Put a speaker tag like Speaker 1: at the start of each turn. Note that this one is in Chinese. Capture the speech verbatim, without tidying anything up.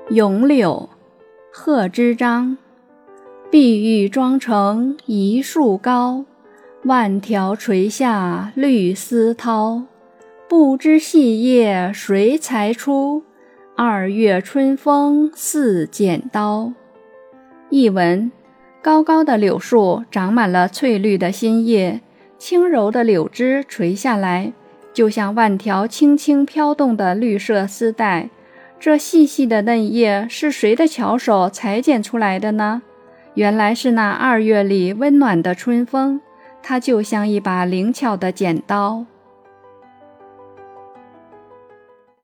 Speaker 1: 咏柳，贺知章。碧玉妆成一树高，万条垂下绿丝绦。不知细叶谁裁出？二月春风似剪刀。译文：高高的柳树长满了翠绿的新叶，轻柔的柳枝垂下来，就像万条轻轻飘动的绿色丝带。这细细的嫩叶是谁的巧手裁剪出来的呢？原来是那二月里温暖的春风，它就像一把灵巧的剪刀。